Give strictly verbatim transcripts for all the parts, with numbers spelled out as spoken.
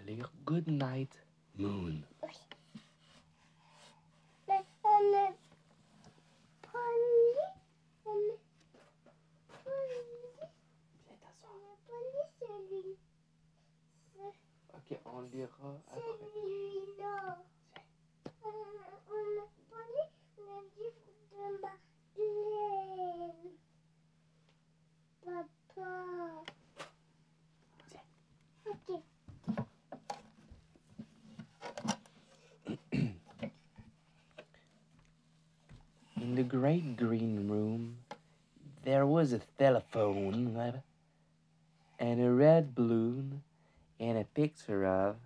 lire Good Night Moon. Oui. Mais on n'est pas lu. On n'est pas lu. Viens t'asseoir. On n'est pas lu celui. Ok, on lira après. Celui-là. Euh, on n'a pas lu le livre de Madeleine. Papa. Viens. Ok. In the great green room, there was a telephone and a red balloon and a picture of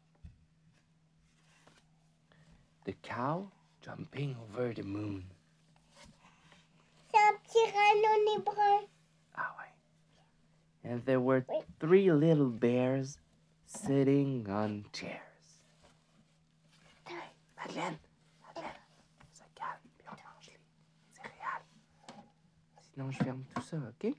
the cow jumping over the moon. C'est un petit rhino brun. Ah ouais. And there were three little bears sitting on chairs. Hey, Madeleine, Madeleine, ça calme, puis on mange les céréales. Sinon, je ferme tout ça, OK?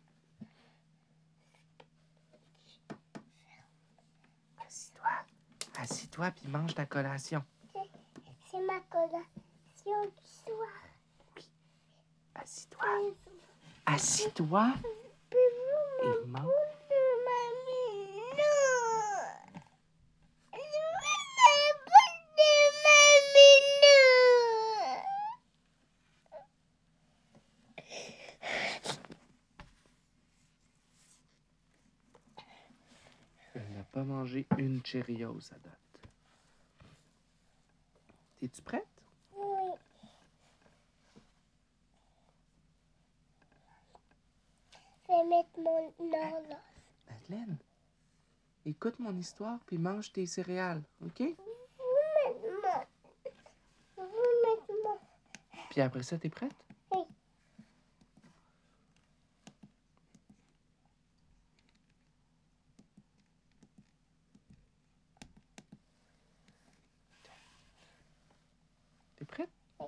Assis-toi. Assis-toi, puis mange ta collation. C'est ma collation du soir. Assis-toi. Assis-toi Pouvez-vous et me mange. prendre mamie? Non. Je veux la boule de mamie, non. Elle n'a pas mangé une Cheerios à date. Es-tu prête? Oui. Je vais mettre mon horloge. Madeleine, écoute mon histoire puis mange tes céréales, OK? Vous mettez mon... Vous mettez mon... Puis après ça, t'es prête? Oui. T'es prête? Oui.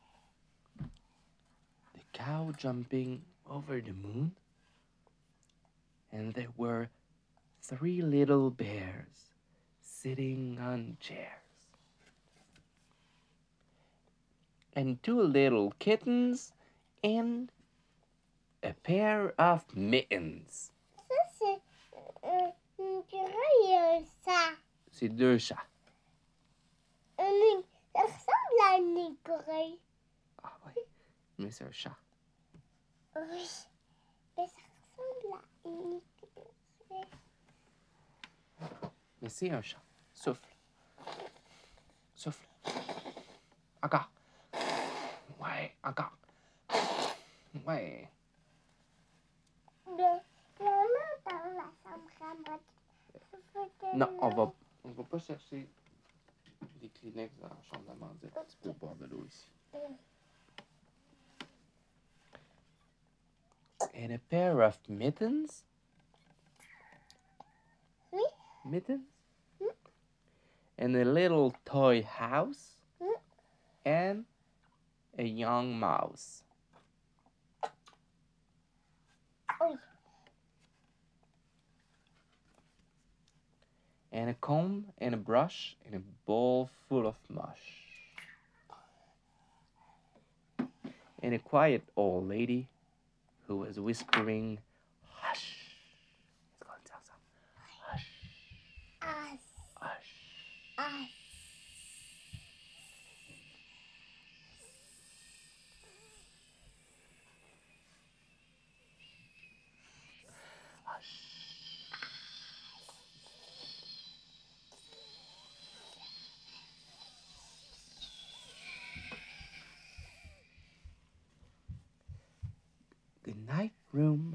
The cow jumping over the moon, and there were three little bears sitting on chairs, and two little kittens, and a pair of mittens. Ça, c'est... Euh, une écureuil, ça. C'est deux chats. Un é- Ça ressemble à un écureuil. Ah oui, mais c'est un chat. Oui. Mais ça ressemble à une écureuil. Mais c'est un chat. Souffle. Souffle. Encore. Ouais, encore. Ouais. Mais maman, dans la chambre à moi, je veux Non, on va, on va pas chercher des Kleenex dans la chambre d'Amandine. Tu peux boire de l'eau ici. And a pair of mittens. Oui. Mittens? Mm. And a little toy house. Mm. And a young mouse. Oui. And a comb and a brush and a bowl full of mush. And a quiet old lady who was whispering, hush. It's going to tell some. Hush. As, Hush. as. Hush. Good night, room.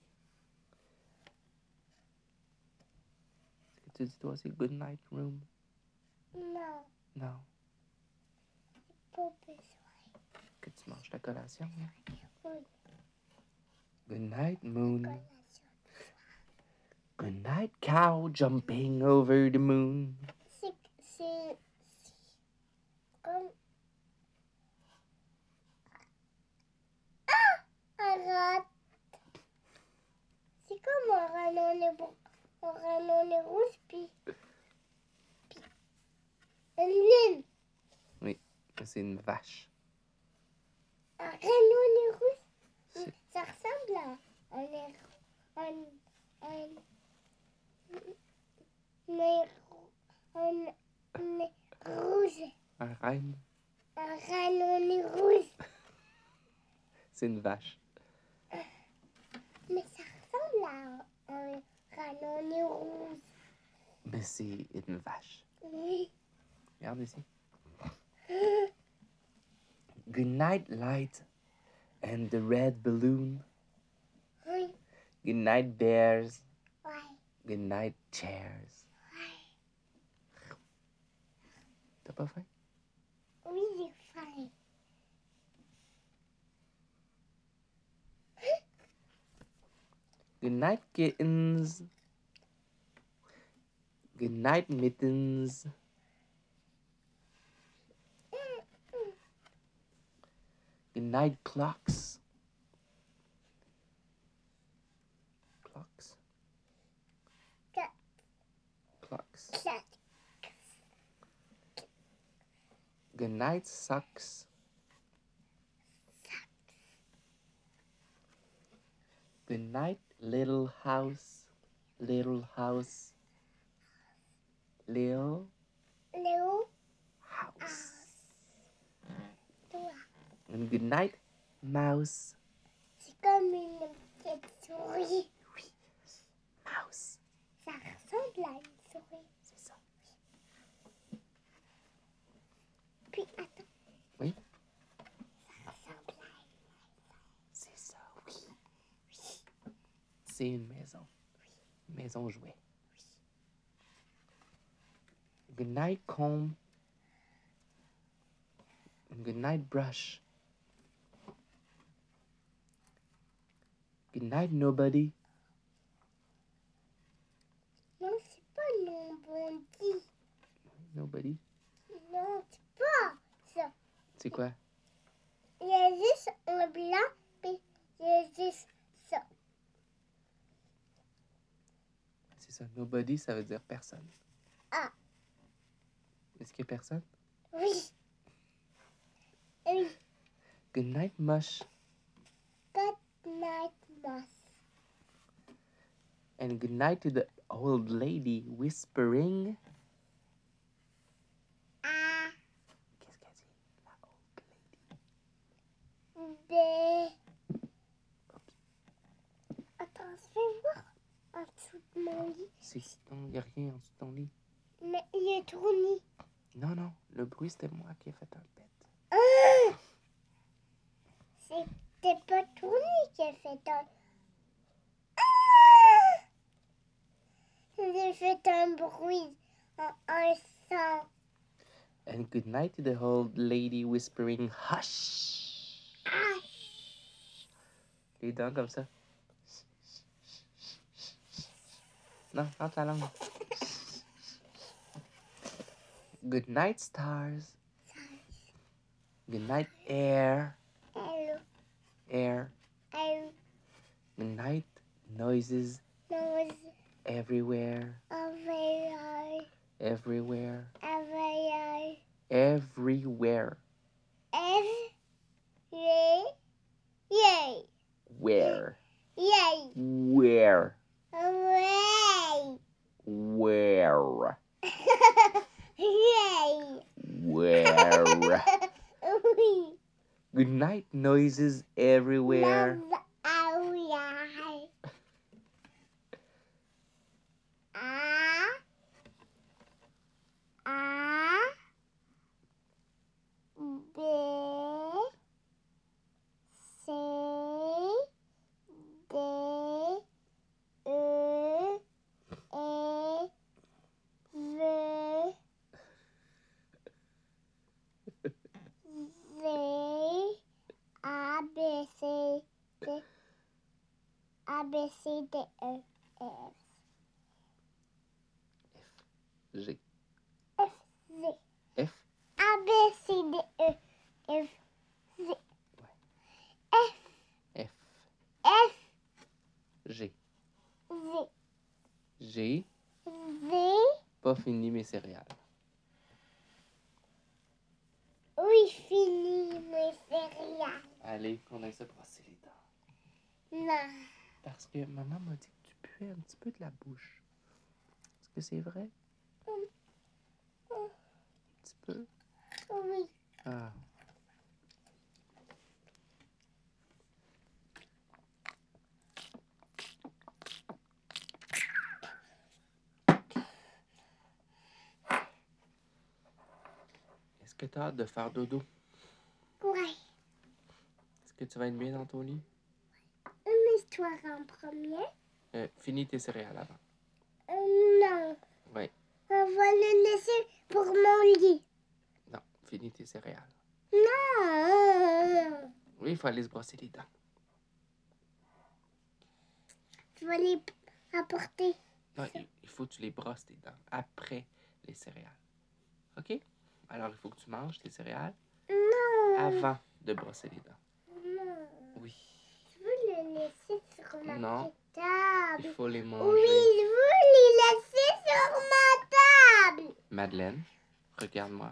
Est-ce que tu dis toi aussi good night, room? Non, Non. pas besoin. Que tu manges ta collation. Hein? Oui. Good night, moon. Collation. Good night, cow jumping over the moon. C'est, c'est, c'est comme... Ah! Un rat. C'est comme un rhinocéros, un rhinocéros, puis Une lune. Oui, mais c'est une vache. Un rhinocéros rouge. C'est- Ça ressemble à un air. Un. Un. Un. Un. Un rouge. Un renne, Un rhinocéros rouge. c'est une vache. Mais ça ressemble à un rhinocéros rouge. Mais c'est une vache. Oui. Regarde ici. Good night, light and the red balloon. Oui. Good night, bears. Ouais. Good night, chairs. Ouais. T'as pas faim? Oui, j'ai faim. Good night, kittens. Good night, mittens. Good night, clocks. Clocks. Cat. Clocks. Cat. Good night, socks. Good night, little house. Little house. Little Léo. house. Toi. And good night, mouse. C'est comme une petite souris. Mouse. Ça ressemble à une souris. C'est ça. Puis attends. Oui. Ça ressemble à C'est ça, oui. C'est une maison. Une maison jouet. Good night, comb. And good night, brush. Good night, nobody. Non, c'est pas non bon dit. Nobody. Non, c'est pas ça. C'est quoi? Il y a juste un blanc, puis il y a juste ça. C'est ça. Nobody, ça veut dire personne. Ah. Est-ce qu'il y a personne? Oui. Oui. Good night, mush. Good night, mouse. And good night to the old lady whispering. A, Qu'est-ce qu'elle dit? La old lady. B. Attends, je vais voir en dessous de mon lit. C'est... Non, il n'y a rien en dessous de ton lit. Mais il est trop nid. Non, non. Le bruit, c'était moi qui ai fait un pet. Ah! C'était pas trop nid qui a fait un... Ah! J'ai fait un bruit, un, un son. And good night to the old lady whispering, hush. Ah! Les dents comme ça. Non, entre la langue. Good night, stars. Good night, air. Hello, Air. hello, Good night, noises nose, everywhere. everywhere, Everywhere. everywhere, Everywhere. everywhere, yay, Where? yay, Where? away, Where? yay. Where? Oui. Good night, noises everywhere. Love away. A, A, B, C, D, E, E, V, Z, A, B, C, D, A, B, C, D, E, F, G. F, Z, F. A, B, C, D, E, F, Z, F, F. F, G. Z, G. Z, Pas fini mes céréales. Allez, qu'on aille se brosser les dents. Non. Parce que maman m'a dit que tu puais un petit peu de la bouche. Est-ce que c'est vrai? Un petit peu? Oui. Ah. Est-ce que tu as hâte de faire dodo? Ouais. Est-ce que tu vas être bien dans ton lit? Une histoire en premier. Euh, finis tes céréales avant. Euh, non. Oui. On va le laisser pour mon lit. Non, finis tes céréales. Non. Oui, il faut aller se brosser les dents. Je vais les apporter. Non, il, il faut que tu les brosses tes dents après les céréales. OK? Alors, il faut que tu manges tes céréales Non. avant de brosser les dents. Non. Oui. Je veux les laisser sur ma Non. table. Il faut les manger. Oui, je veux les laisser sur ma table. Madeleine, regarde-moi.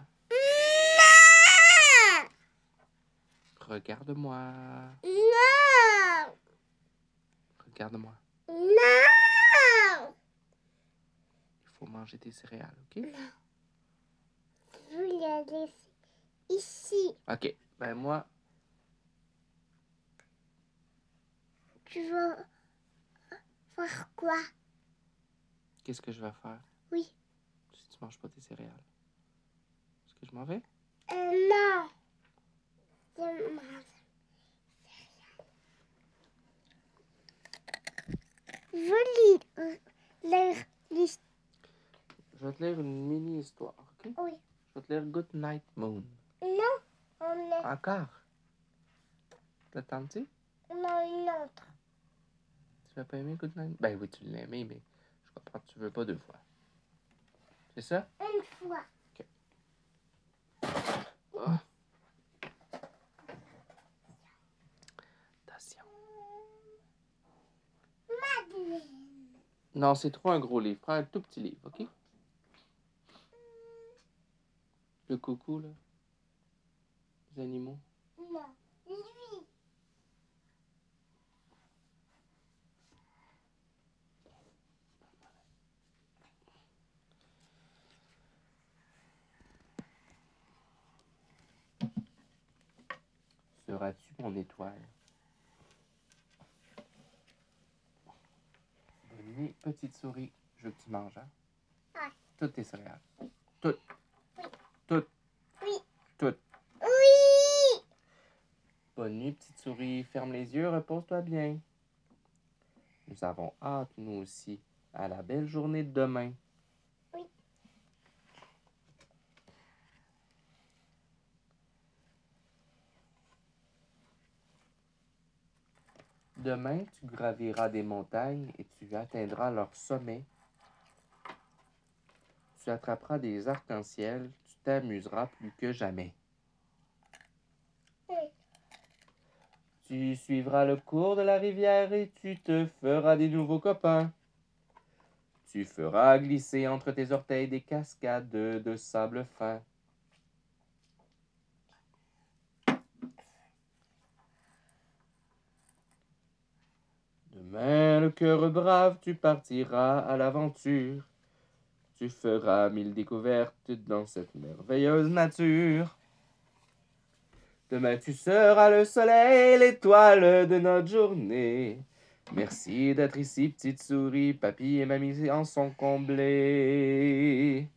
Non. Regarde-moi. Non. Regarde-moi. Non. Il faut manger tes céréales, OK? Je veux les laisser ici. OK. Ben moi, Tu veux faire quoi? qu'est-ce que je vais faire Oui. si tu manges pas tes céréales? Est-ce que je m'en vais? Euh, non. Je mange. Je veux lire, lire l'histoire. Je vais te lire une mini-histoire, OK? Oui. Je vais te lire Good Night Moon. Non, on est... Encore? T'as tenté? Non, une autre. Tu l'as pas aimé Good Night? Ben oui, tu l'as aimé, mais je comprends que tu veux pas deux fois. C'est ça? Une fois. Oh. Attention. Madeleine. Non, c'est trop un gros livre. Prends un tout petit livre, OK? Le coucou, là. Les animaux. Non, lui. Seras-tu mon étoile? Bonne nuit, petite souris. Je veux que tu manges, hein? Ouais. Toutes tes céréales. Toutes. Oui. Toutes. Oui. Toutes. Oui. Bonne nuit, petite souris. Ferme les yeux, repose-toi bien. Nous avons hâte, nous aussi, à la belle journée de demain. Oui. Demain, tu graviras des montagnes et tu atteindras leur sommet. Tu attraperas des arcs-en-ciel, tu t'amuseras plus que jamais. Oui. Tu suivras le cours de la rivière et tu te feras des nouveaux copains. Tu feras glisser entre tes orteils des cascades de sable fin. Demain, le cœur brave, tu partiras à l'aventure. Tu feras mille découvertes dans cette merveilleuse nature. Demain, tu seras le soleil, l'étoile de notre journée. Merci d'être ici, petite souris. Papy et mamie en sont comblés.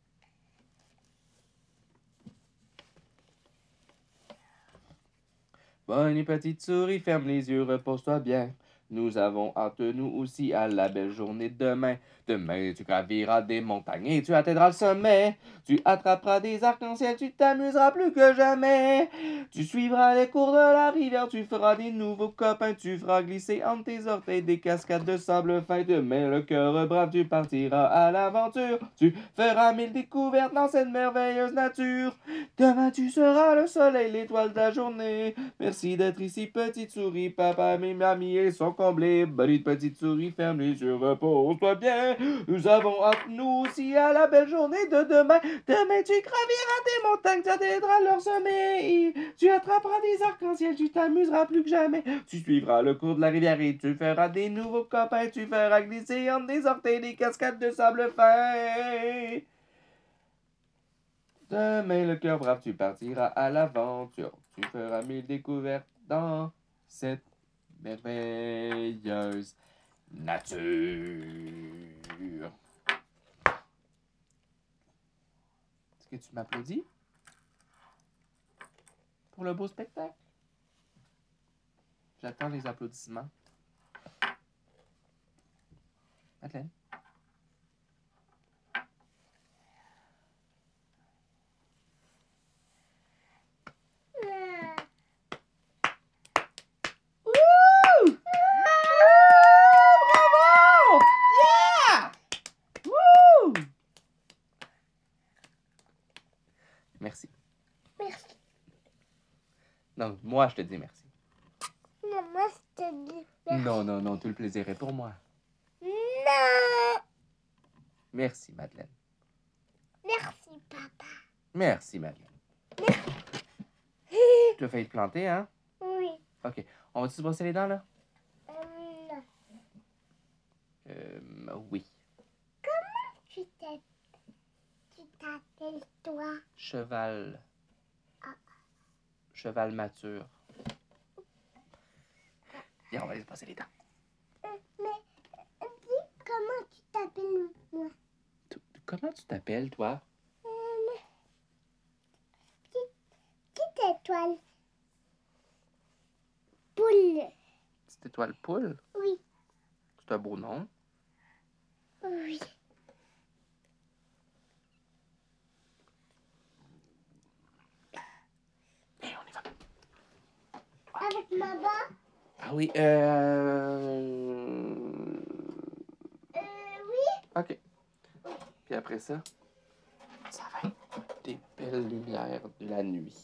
Bonne nuit, petite souris. Ferme les yeux, repose-toi bien. Nous avons hâte, nous aussi, à la belle journée de demain. Demain, tu graviras des montagnes et tu atteindras le sommet. Tu attraperas des arcs-en-ciel, tu t'amuseras plus que jamais. Tu suivras les cours de la rivière, tu feras des nouveaux copains. Tu feras glisser entre tes orteils des cascades de sable fin. Demain, le cœur brave, tu partiras à l'aventure. Tu feras mille découvertes dans cette merveilleuse nature. Demain, tu seras le soleil, l'étoile de la journée. Merci d'être ici, petite souris. Papa et mamie, ils sont comblés. Bonne petite souris, ferme les yeux, repose-toi bien. Nous avons hâte, nous aussi, à la belle journée de demain. Demain, tu graviras des montagnes, tu atteindras leur sommet. Tu attraperas des arcs-en-ciel, tu t'amuseras plus que jamais. Tu suivras le cours de la rivière et tu feras des nouveaux copains. Tu feras glisser entre des orteils des cascades de sable fin. Demain, le cœur brave, tu partiras à l'aventure. Tu feras mille découvertes dans cette merveilleuse nature. Est-ce que tu m'applaudis pour le beau spectacle? J'attends les applaudissements. Madeleine? Merci. Merci. Non, moi, je te dis merci. Non, moi, je te dis merci. Non, non, non, tout le plaisir est pour moi. Non. Merci, Madeleine. Merci, papa. Merci, Madeleine. Tu as failli te planter, hein? Oui. OK. On va-tu se brosser les dents, là? Euh, non. Euh, oui. Comment tu t'appelles, tu t'appelles toi? Cheval. Ah. Cheval mature. Viens, on va aller se brosser les dents. Euh, mais, euh, dis, comment tu t'appelles, moi? Tu- Comment tu t'appelles, toi? Euh, petite, petite étoile. Poule. Petite étoile poule? Oui. C'est un beau nom. Oui. Hey, on y va. Avec maman? Ah oui, euh... Euh, oui. OK. Puis après ça, ça va être des belles lumières de la nuit.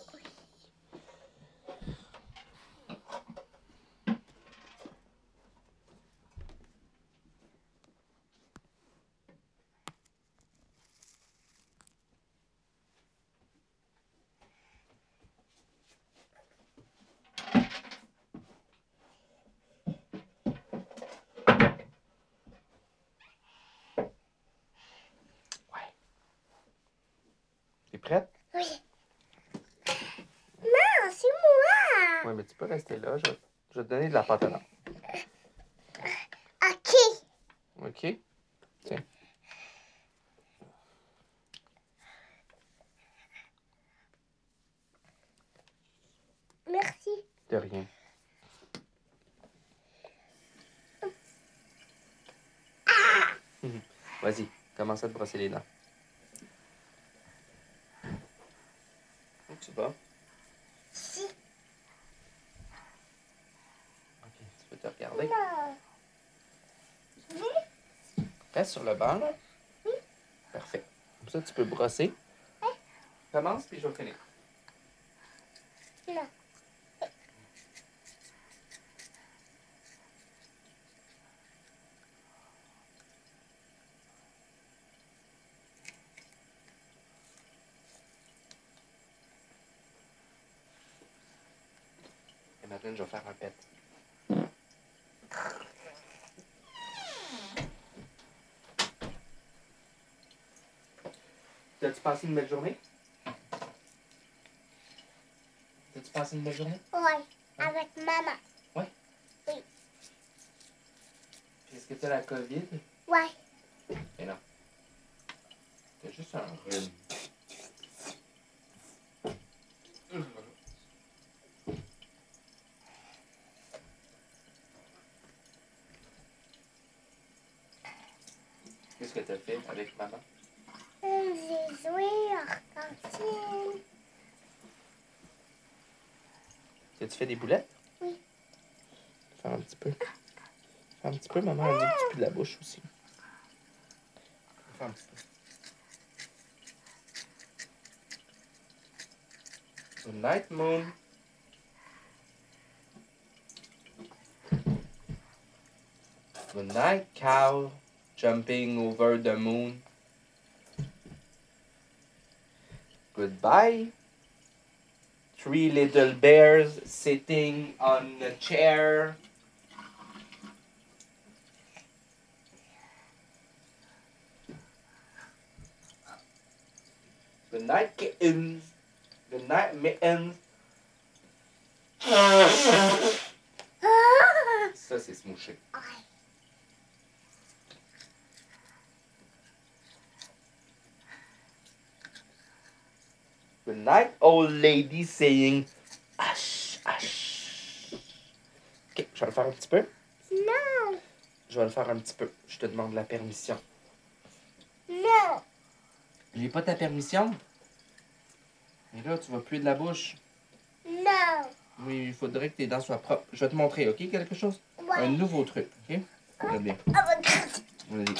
T'es prête? Oui. Non, c'est moi. Oui, mais tu peux rester là. Je, je vais te donner de la pâte à dents. OK. OK? Tiens. Merci. De rien. Mhm. Vas-y, commence à te brosser les dents. Où tu vas? Si. OK, tu peux te regarder. Non. Oui. Reste sur le banc, là. Oui. Parfait. Comme ça, tu peux brosser. Commence, puis je vais finir. Non. Et maintenant, je vais faire un pet. T'as-tu passé une belle journée? T'as-tu passé une belle journée? Ouais. Avec maman. Ouais. Oui. Puis est-ce que t'as la COVID? Ouais. Mais non. T'as juste un rhume. Qu'est-ce que t'as fait avec maman? J'ai joué à la cantine. T'as-tu fait des boulettes? Oui. Faire un petit peu. Faire un petit peu, maman a dit que tu pues de la bouche aussi. Faire un petit peu. Good night, Moon. Good night, cow, jumping over the moon. Goodbye, three little bears sitting on a chair. Good night, kittens. Good night, mittens. Ça, c'est se moucher. Good night, old lady saying hush, hush. Ok, je vais le faire un petit peu. Non. Je vais le faire un petit peu. Je te demande la permission. Non. J'ai pas ta permission? Et là, tu vas puer de la bouche. Non. Oui, il faudrait que tes dents soient propres. Je vais te montrer, ok, quelque chose? Ouais. Un nouveau truc, ok? Regarde bien. Ah, bah, Vas-y.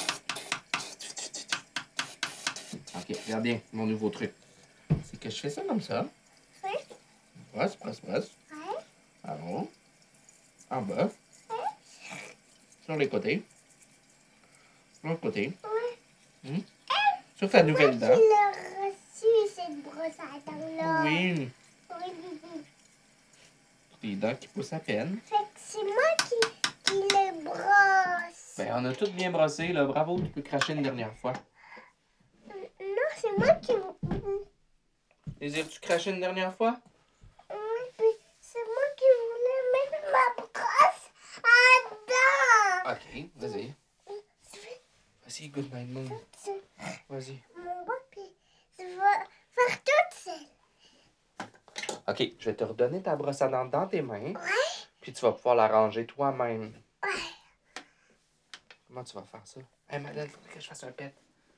Ok, regarde bien mon nouveau truc. C'est que je fais ça comme ça. Oui. Brosse, brosse, brosse. Ouais. En haut. En bas. Sur les côtés. Sur l'autre côté. Ouais. Hum. Sur ta nouvelle Moi dent. qui l'ai reçu, cette brosse à dents-là. Oui. Oui, oui, oui. Tes dents qui poussent à peine. Fait que c'est moi qui, qui les brosse. Ben, on a tout bien brossé, là. Bravo, tu peux cracher une dernière fois. Non, c'est moi qui... Désires-tu cracher une dernière fois? Oui, puis c'est moi qui voulais mettre ma brosse à dents. Ok, vas-y. Vas-y, good night, moon. Vas-y. Mon bas, puis je vais faire toute seule. Ok, je vais te redonner ta brosse à dents dans tes mains. Ouais. Puis tu vas pouvoir la ranger toi-même. Ouais. Comment tu vas faire ça? Hé, hey, Madeleine, faudrait que je fasse un pet.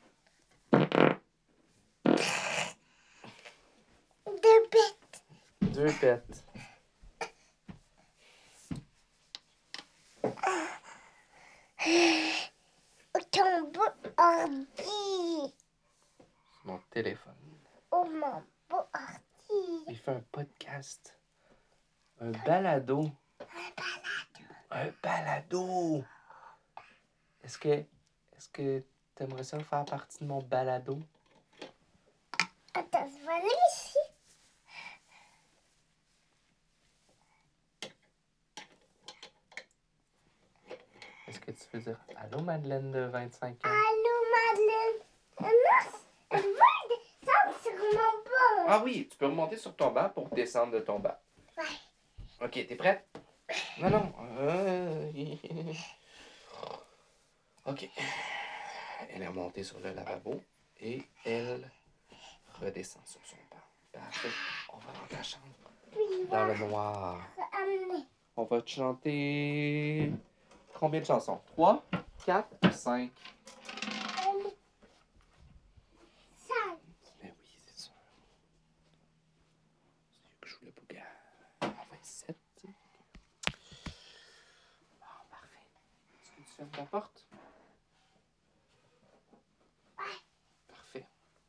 Deux bêtes. Deux pets. Ton beau ordi. Mon téléphone. Oh, mon beau ordi. Il fait un podcast. Un balado. Un balado. Un balado. Est-ce que... Est-ce que t'aimerais ça faire partie de mon balado? Attends, je vais aller ici. Est-ce que tu veux dire allô, Madeleine de vingt-cinq ans? Allô, Madeleine. Non, je veux descendre sur mon banc. Ah oui, tu peux remonter sur ton banc pour descendre de ton banc. Ouais. Ok, t'es prête? Non, non. Euh... Ok. Elle est remontée sur le lavabo et elle redescend sur son banc. Parfait. On va dans ta chambre. Puis Dans le je vais noir. amener. On va te chanter combien de chansons? Trois, quatre ou cinq? Cinq. Ben oui, c'est sûr. C'est que je voulais pas qu'elle en fasse sept. Tu sais. Bon, parfait. Est-ce que tu fermes ta porte? Ouais. Parfait.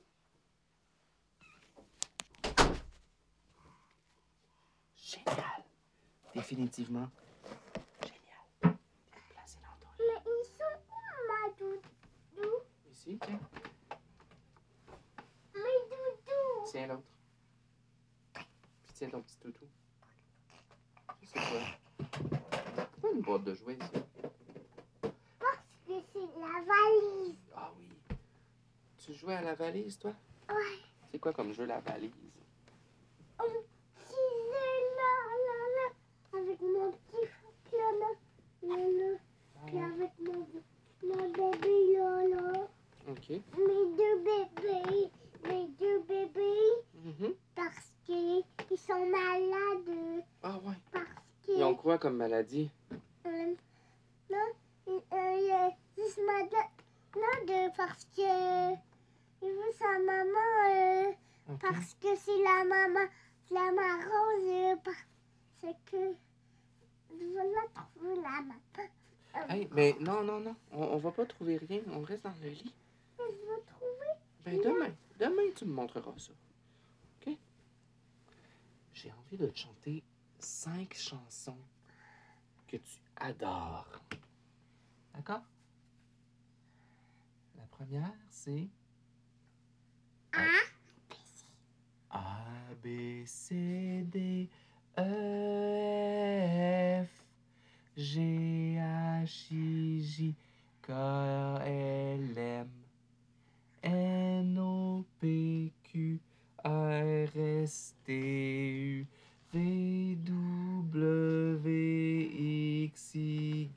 Génial. Définitivement. Génial. T'es placé dans ton lit. Mais ils sont où, ma doudou? Ici, tiens. Mes doudous. Tiens l'autre. Puis tiens ton petit toutou. Je sais quoi. Pourquoi une boîte de jouets ici? Parce que c'est la valise. Ah oui. Tu jouais à la valise, toi? Ouais. C'est quoi comme jeu, la valise? Un petit jeu là, là, là. Avec mon petit fouc là, là. Là, là. Puis avec mon, mon bébé là, là. OK. Mes deux bébés. Mes deux bébés. Mhm. Parce qu'ils sont malades. Ah ouais. Parce que... Ils ont quoi comme maladie? Euh, non, euh, euh, juste madame. Non, de, parce que il veut sa maman. Euh, OK. parce que c'est la maman. La maman rose. Euh, parce que. Je veux la trouver, la maman. Euh, Hey, mais non, non, non. On, on va pas trouver rien. On reste dans le lit. Je veux trouver. Ben demain. Demain, tu me montreras ça. OK? J'ai envie de te chanter cinq chansons que tu adores. D'accord? La première, c'est A. A, B, C, D, E, F, G, H, I, J, K, L, M, N, O, P, Q, R, S, T, U, V, W, X, Y.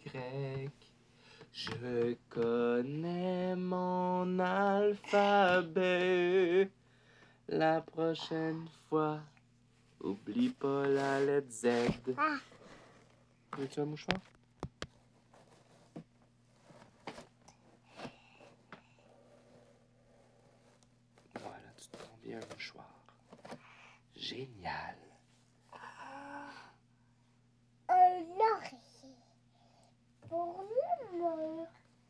Je connais mon alphabet. La prochaine fois, oublie pas la lettre Z. Ah. Veux-tu un mouchoir? Voilà, tu te prends bien un mouchoir. Génial. Un oreiller. Pour le mur.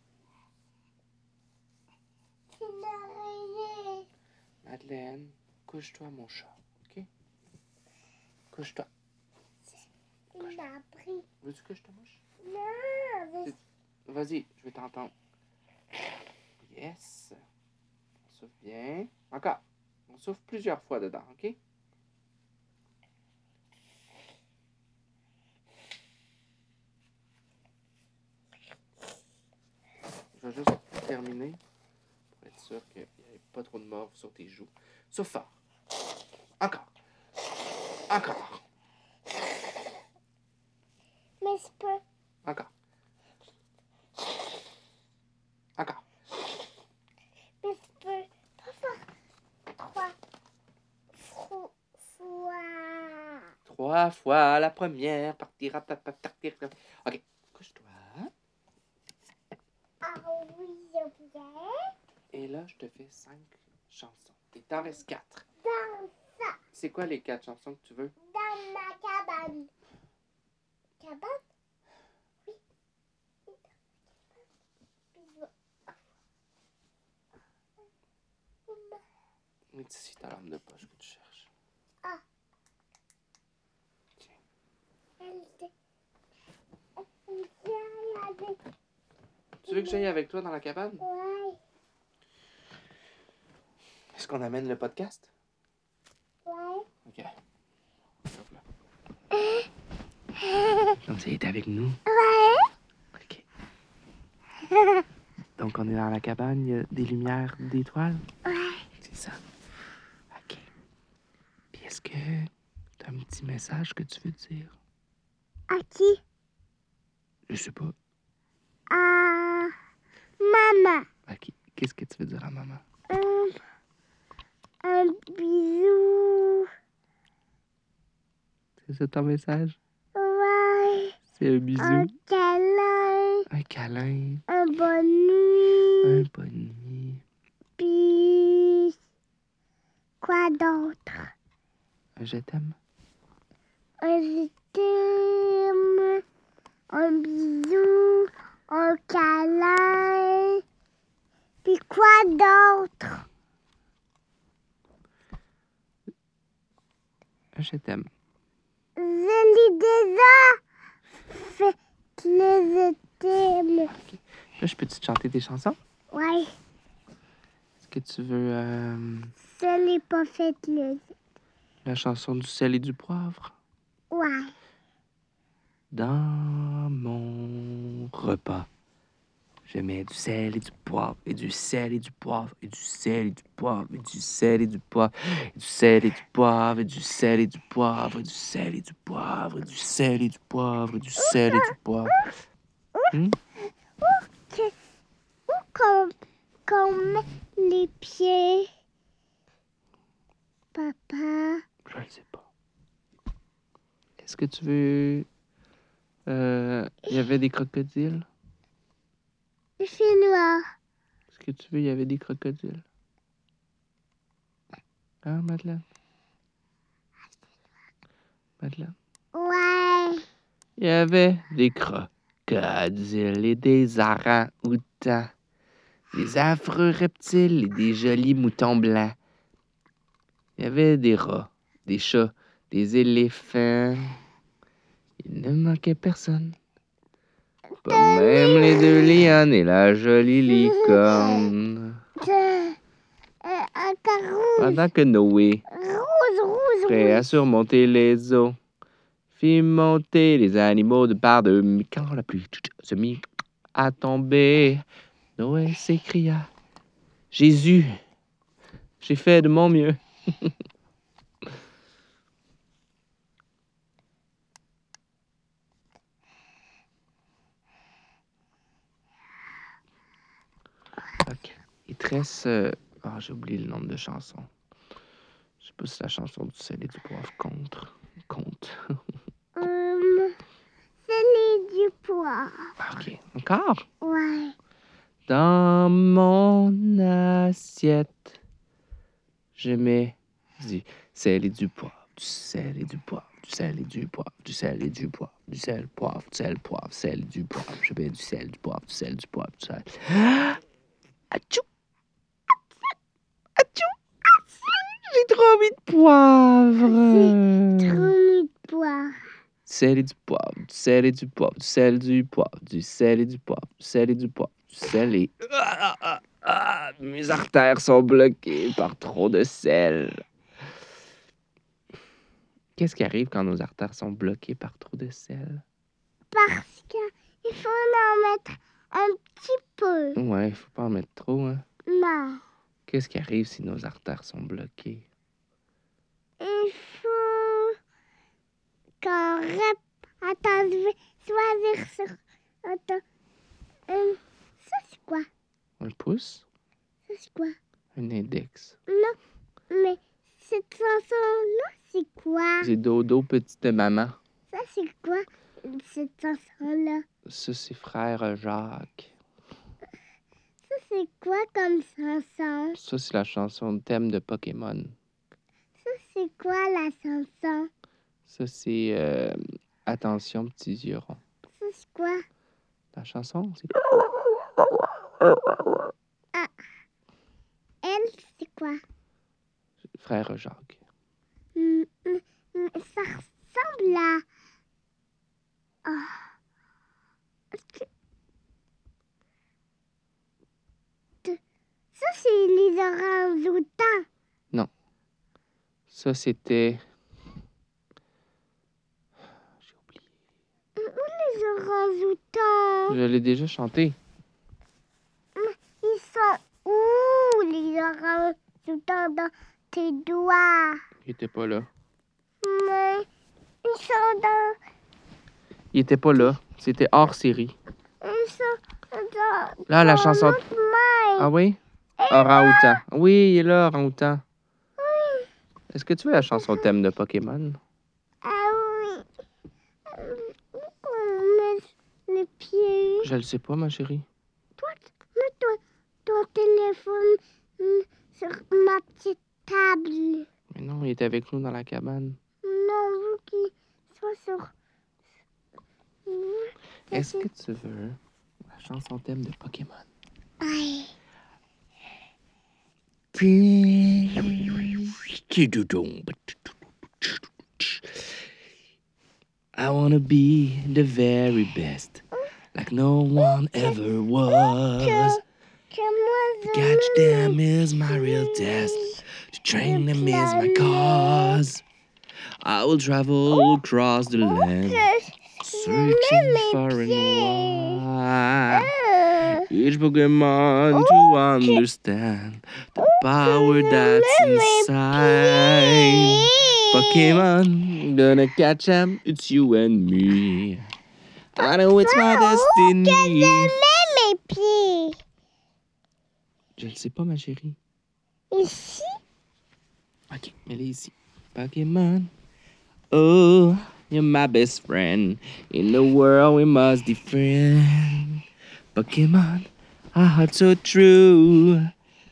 C'est une oreiller. Madeleine, couche-toi, mon chat, ok? Couche-toi. Il m'a pris. Veux-tu que je te mouche? Non, mais Vas-y, je vais t'entendre. Yes. On souffle bien. Encore. On souffle plusieurs fois dedans, ok? Je vais juste terminer pour être sûr qu'il n'y ait pas trop de morve sur tes joues. Souffle fort. Encore. Encore. mais je peux. Encore. Encore. Mais je peux pas faire trois fro- fois. Trois fois la première. Partira, tata, partira. Ok. Couche-toi. Ah oui, je viens. Et là, je te fais cinq chansons. Et t'en restes quatre. Dans ça. C'est quoi les quatre chansons que tu veux? Dans ma cabane. Cabane? Oui. Oui, dans ma cabane. Mais c'est ta lampe de poche que tu cherches. Ah. Tiens. Elle était- elle vient avec. Tu veux que j'aille avec toi dans la cabane? Ouais, Est-ce qu'on amène le podcast? ouais. Ok. Donc, c'est avec nous. Ouais. Ok. Donc, on est dans la cabane, il y a des lumières d'étoiles. Ouais. C'est ça. Ok. Puis, est-ce que tu as un petit message que tu veux dire? À qui? Je sais pas. À maman. Ok. Qu'est-ce que tu veux dire à maman? Un, un bisou. C'est ça ton message? Ouais. C'est un bisou. Un câlin. Un câlin. Un bonne nuit. Un bonne nuit. Puis. Quoi d'autre? Un je t'aime. Un je t'aime. Un bisou. Un câlin. Puis quoi d'autre? Un je t'aime. Je l'ai déjà fait les thèmes. Là, je peux-tu te chanter des chansons? Ouais, Est-ce que tu veux euh, je l'ai pas fait les. la chanson du sel et du poivre? Ouais. Dans mon repas, je mets du sel et du poivre, et du sel et du poivre, et du sel et du poivre, et du sel et du poivre, et du sel et du poivre, et du sel et du poivre, et du sel et du poivre, et du sel et du poivre, et du sel et du poivre. Hmm? Que- Où qu'on qu'on met les pieds? Papa. Je ne sais pas. Est-ce que tu veux... euh, Il y avait des crocodiles? Il fait noir. Est-ce que tu veux, il y avait des crocodiles? Hein, Madeleine? Madeleine? Ouais. Il y avait des crocodiles et des orang-outans, des affreux reptiles et des jolis moutons blancs. Il y avait des rats, des chats, des éléphants. Il ne manquait personne. Comme même les deux lianes et la jolie licorne. Euh, encore rouge. Pendant que Noé, Rouge, rouge, prêt à rouge. surmonter les eaux, fit monter les animaux de part de... Mais quand la pluie se mit à tomber, Noé s'écria, « Jésus, j'ai fait de mon mieux. » Ok. Il te reste... euh, Ah, j'ai oublié le nombre de chansons. Je sais pas si la chanson du sel et du poivre contre. Compte. Hum, c'est les du poids. Ok. Encore? Ouais. Dans mon assiette, je mets du sel et du poivre, du sel et du poivre, du sel et du poivre, du sel et du poivre, du sel, poivre, sel, poivre, sel, du poivre. Je mets du sel, du poivre, du sel, du poivre, du sel. Atchou! Atchou! J'ai trop mis de poivre! Trop mis de poids. Du sel et du poivre, du sel et du poivre, du sel, du poivre, du sel et du poivre, du sel et du poivre, du sel et... Ah, ah, ah, mes artères sont bloquées par trop de sel. Qu'est-ce qui arrive quand nos artères sont bloquées par trop de sel? Parce qu'il faut en mettre un petit peu. Ouais, il faut pas en mettre trop, hein. Non. Qu'est-ce qui arrive si nos artères sont bloquées? Il faut qu'on rep... Attends, je vais choisir sur... Attends. Hum, ça, c'est quoi? Un pouce? Ça, c'est quoi? Un index. Non, mais cette chanson-là, c'est quoi? C'est dodo petite maman. Ça, c'est quoi, cette chanson-là? Ça, c'est frère Jacques. Ça, c'est quoi comme chanson? Ça, c'est la chanson de thème de Pokémon. Ça, c'est quoi la chanson? Ça, c'est euh, Attention, petits yeux ronds. Ça, c'est quoi? La chanson, c'est... Ah. Elle, c'est quoi? Frère Jacques. Hum, hum, hum, ça ressemble à... Oh. Ça, c'est les orangs-outans. Ça, c'était... J'ai oublié. Où les orangs-outans? Je l'ai déjà chanté. Ils sont où, les orangs-outans dans tes doigts? Il était pas là. Mais ils sont dans... Il était pas là. C'était hors série. Ils sont dans... Là, la dans chanson... notre main. Ah oui? Orang-outan. Oui, il est là, orang-outan. Oui. Est-ce que tu veux la chanson thème de Pokémon? Ah oui. Euh, Où on met les pieds? Je le sais pas, ma chérie. Toi, mets ton, ton téléphone hum, sur ma petite table. Mais non, il était avec nous dans la cabane. Non, vous qui soit sur... Est-ce que tu veux la chanson thème de Pokémon? Oui. I wanna be the very best, like no one ever was. Que moi, je Catch me them is my real test. To train them is my cause. I will travel across the land, searching far and wide. Euh, Each Pokemon to understand the power that's inside. Pokemon, gonna catch them, it's you and me. I know it's my que destiny. je mets mes pieds. Je le sais pas, ma chérie. Ici? Ok, mets-les ici. Pokemon, oh, you're my best friend. In the world, we must be friends. Pokemon, our hearts so true.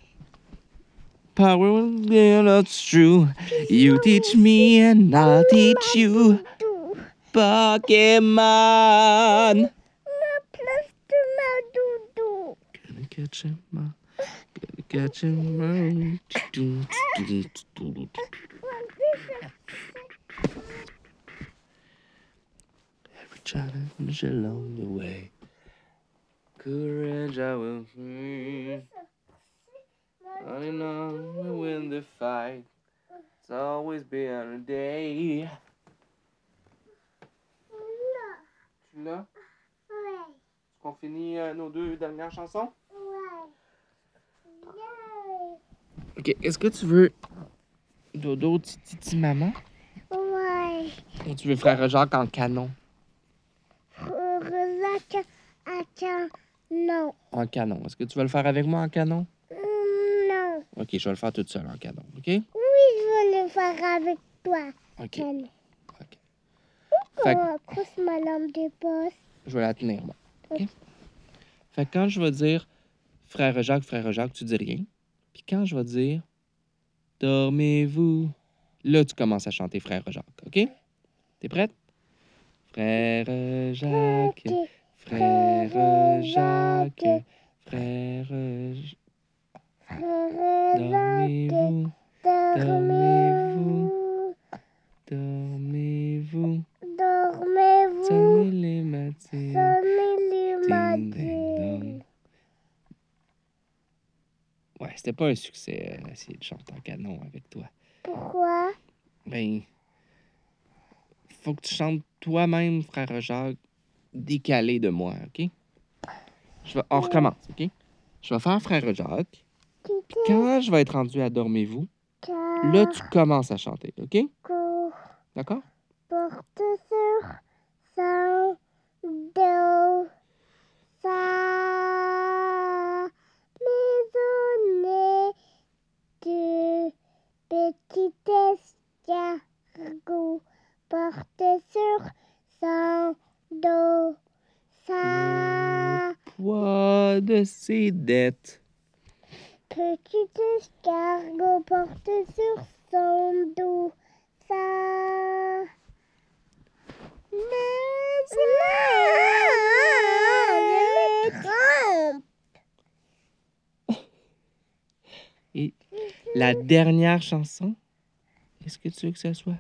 Power, yeah, that's true. You teach me and I'll teach you. Doudou. Pokemon. La place de ma doudou. Gonna catch him, uh, gonna catch him. uh, Every challenge along the way, courage I will free. I know we win the fight. It's always been a day. Là. Tu l'as? Ouais. Est-ce qu'on finit euh, nos deux dernières chansons? Ouais. Yeah. Ok, est-ce que tu veux Dodo, Titi, Titi, Maman? Ouais. Ou tu veux Frère Jacques en canon? Frère à canon. En canon. Est-ce que tu vas le faire avec moi en canon? Non. Ok, je vais le faire toute seule en canon, ok? Oui, je veux le faire avec toi. Ok. Canon. Ok. Fait que Oh, pousse ma lampe de poste. je vais la tenir, moi. Ok? Fait que quand je vais dire Frère Jacques, Frère Jacques, tu dis rien. Puis quand je vais dire Dormez-vous, là, tu commences à chanter Frère Jacques, ok? T'es prête? Frère Jacques, Ok. Frère Jacques, Frère Jacques. Frère Dormez-vous, dormez-vous. dormez-vous, Dormez-vous. sonnez les matines. Sonnez les Ding, ding, dong. matines. Ouais, c'était pas un succès, euh, essayer de chanter en canon avec toi. Pourquoi? Ben, faut que tu chantes toi-même, Frère Jacques, décalé de moi, OK? Je vais, on recommence, OK? Je vais faire Frère Jacques. Quand je vais être rendu à Dormez-vous, là, tu commences à chanter, OK? D'accord? Porte sur son dos sa maisonnette de petit escargot. Porte sur son dos sa Poids de ses dettes. petit escargot. Porte sur son dos sa Et la dernière chanson, est-ce que tu veux que ça soit?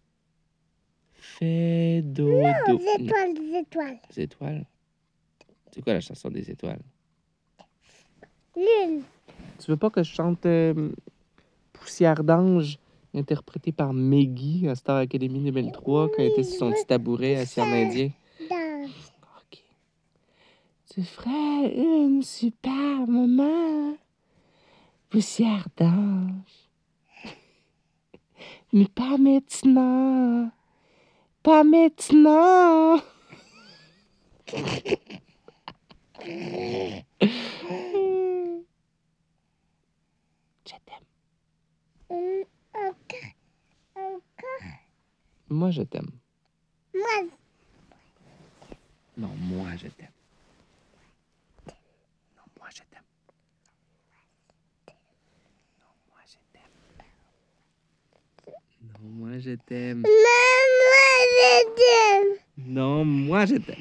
Fais dodo. Non, des étoiles, des étoiles. Des étoiles? C'est quoi la chanson des étoiles? Lune. Tu veux pas que je chante euh, Poussière d'ange, interprétée par Meggy à Star Academy deux mille trois, quand elle était sur son petit tabouret assis en indien? Dans. OK. Tu ferais une super maman, Poussière d'ange. Mais pas maintenant. Pas maintenant. Je t'aime. Hum, Encore. Encore. Moi, je t'aime. Moi. Non, moi, je t'aime. Non, moi, je t'aime. Non, moi, je t'aime. Non, moi, je t'aime. Maman, je t'aime. Non, moi, je t'aime.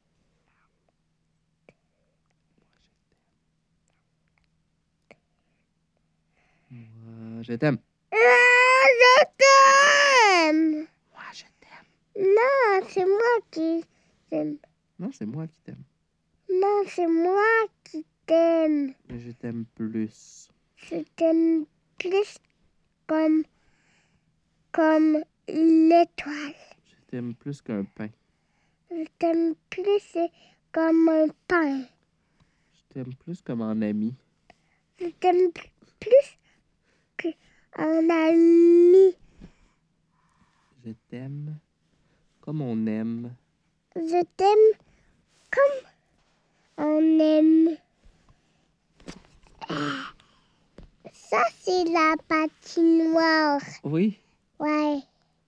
Moi, je t'aime. Ah, je t'aime. Moi, je t'aime. Non, c'est moi qui t'aime. Non, c'est moi qui t'aime. Non, c'est moi qui t'aime. Mais je t'aime plus. Je t'aime plus comme, comme l'étoile. Je t'aime plus qu'un pain. Je t'aime plus comme un pain. Je t'aime plus comme un ami. Je t'aime plus qu'un ami. Je t'aime comme on aime. Je t'aime comme on aime. Ça, c'est la patinoire. Oui, Ouais,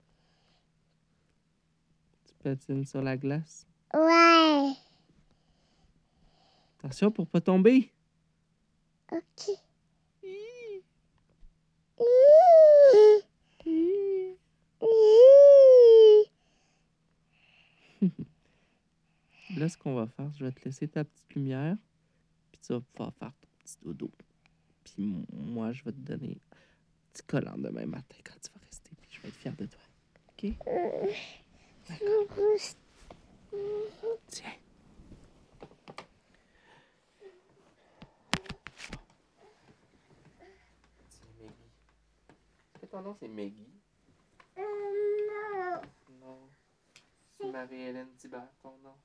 tu patines sur la glace. ouais. Attention pour pas tomber. Ok. Là, ce qu'on va faire, je vais te laisser ta petite lumière. Puis tu vas pouvoir faire ton petit dodo. Puis moi, je vais te donner un petit collant demain matin quand tu vas rester. Puis je vais être fière de toi. OK? Tiens. ton nom, c'est Maggie? Euh, non. Non. C'est C'est- Marie-Hélène Thibert, ton nom?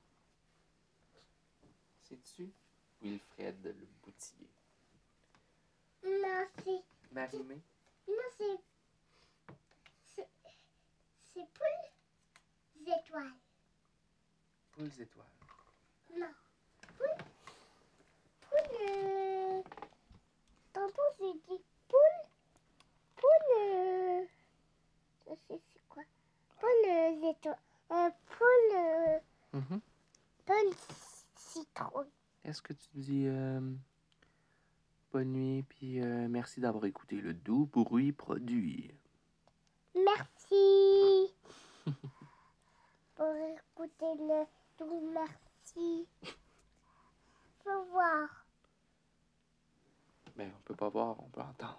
C'est-tu Wilfred le Boutillier? Non, c'est... Marie-Mé? Non, c'est... C'est... C'est poules étoiles. Poules étoiles. Non. Poule. Poule. Euh... Tantôt, j'ai dit poule. Poule. Euh... Je sais c'est quoi. Poule euh, étoiles. Euh, poule. Euh... Mhm. Poule citron. Est-ce que tu dis euh, bonne nuit, puis euh, merci d'avoir écouté le doux bruit produit? Merci. Pour écouter le tout, merci. Faut voir. Ben, on peut pas voir, on peut entendre.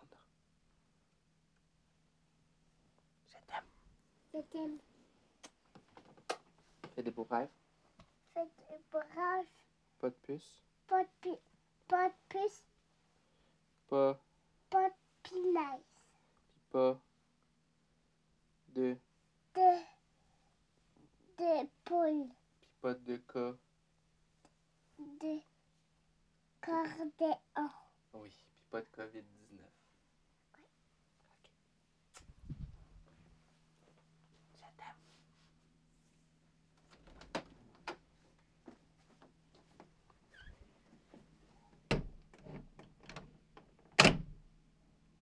Je t'aime. Je t'aime. Fais des beaux rêves. Faites des braves. Pas de puce. Pas de, pi- pas de puce. Pas, Pas de pinaise. puis pas de, De. De poule. puis pas de cas. De. Cordéon. Oui, puis pas de covid dix-neuf.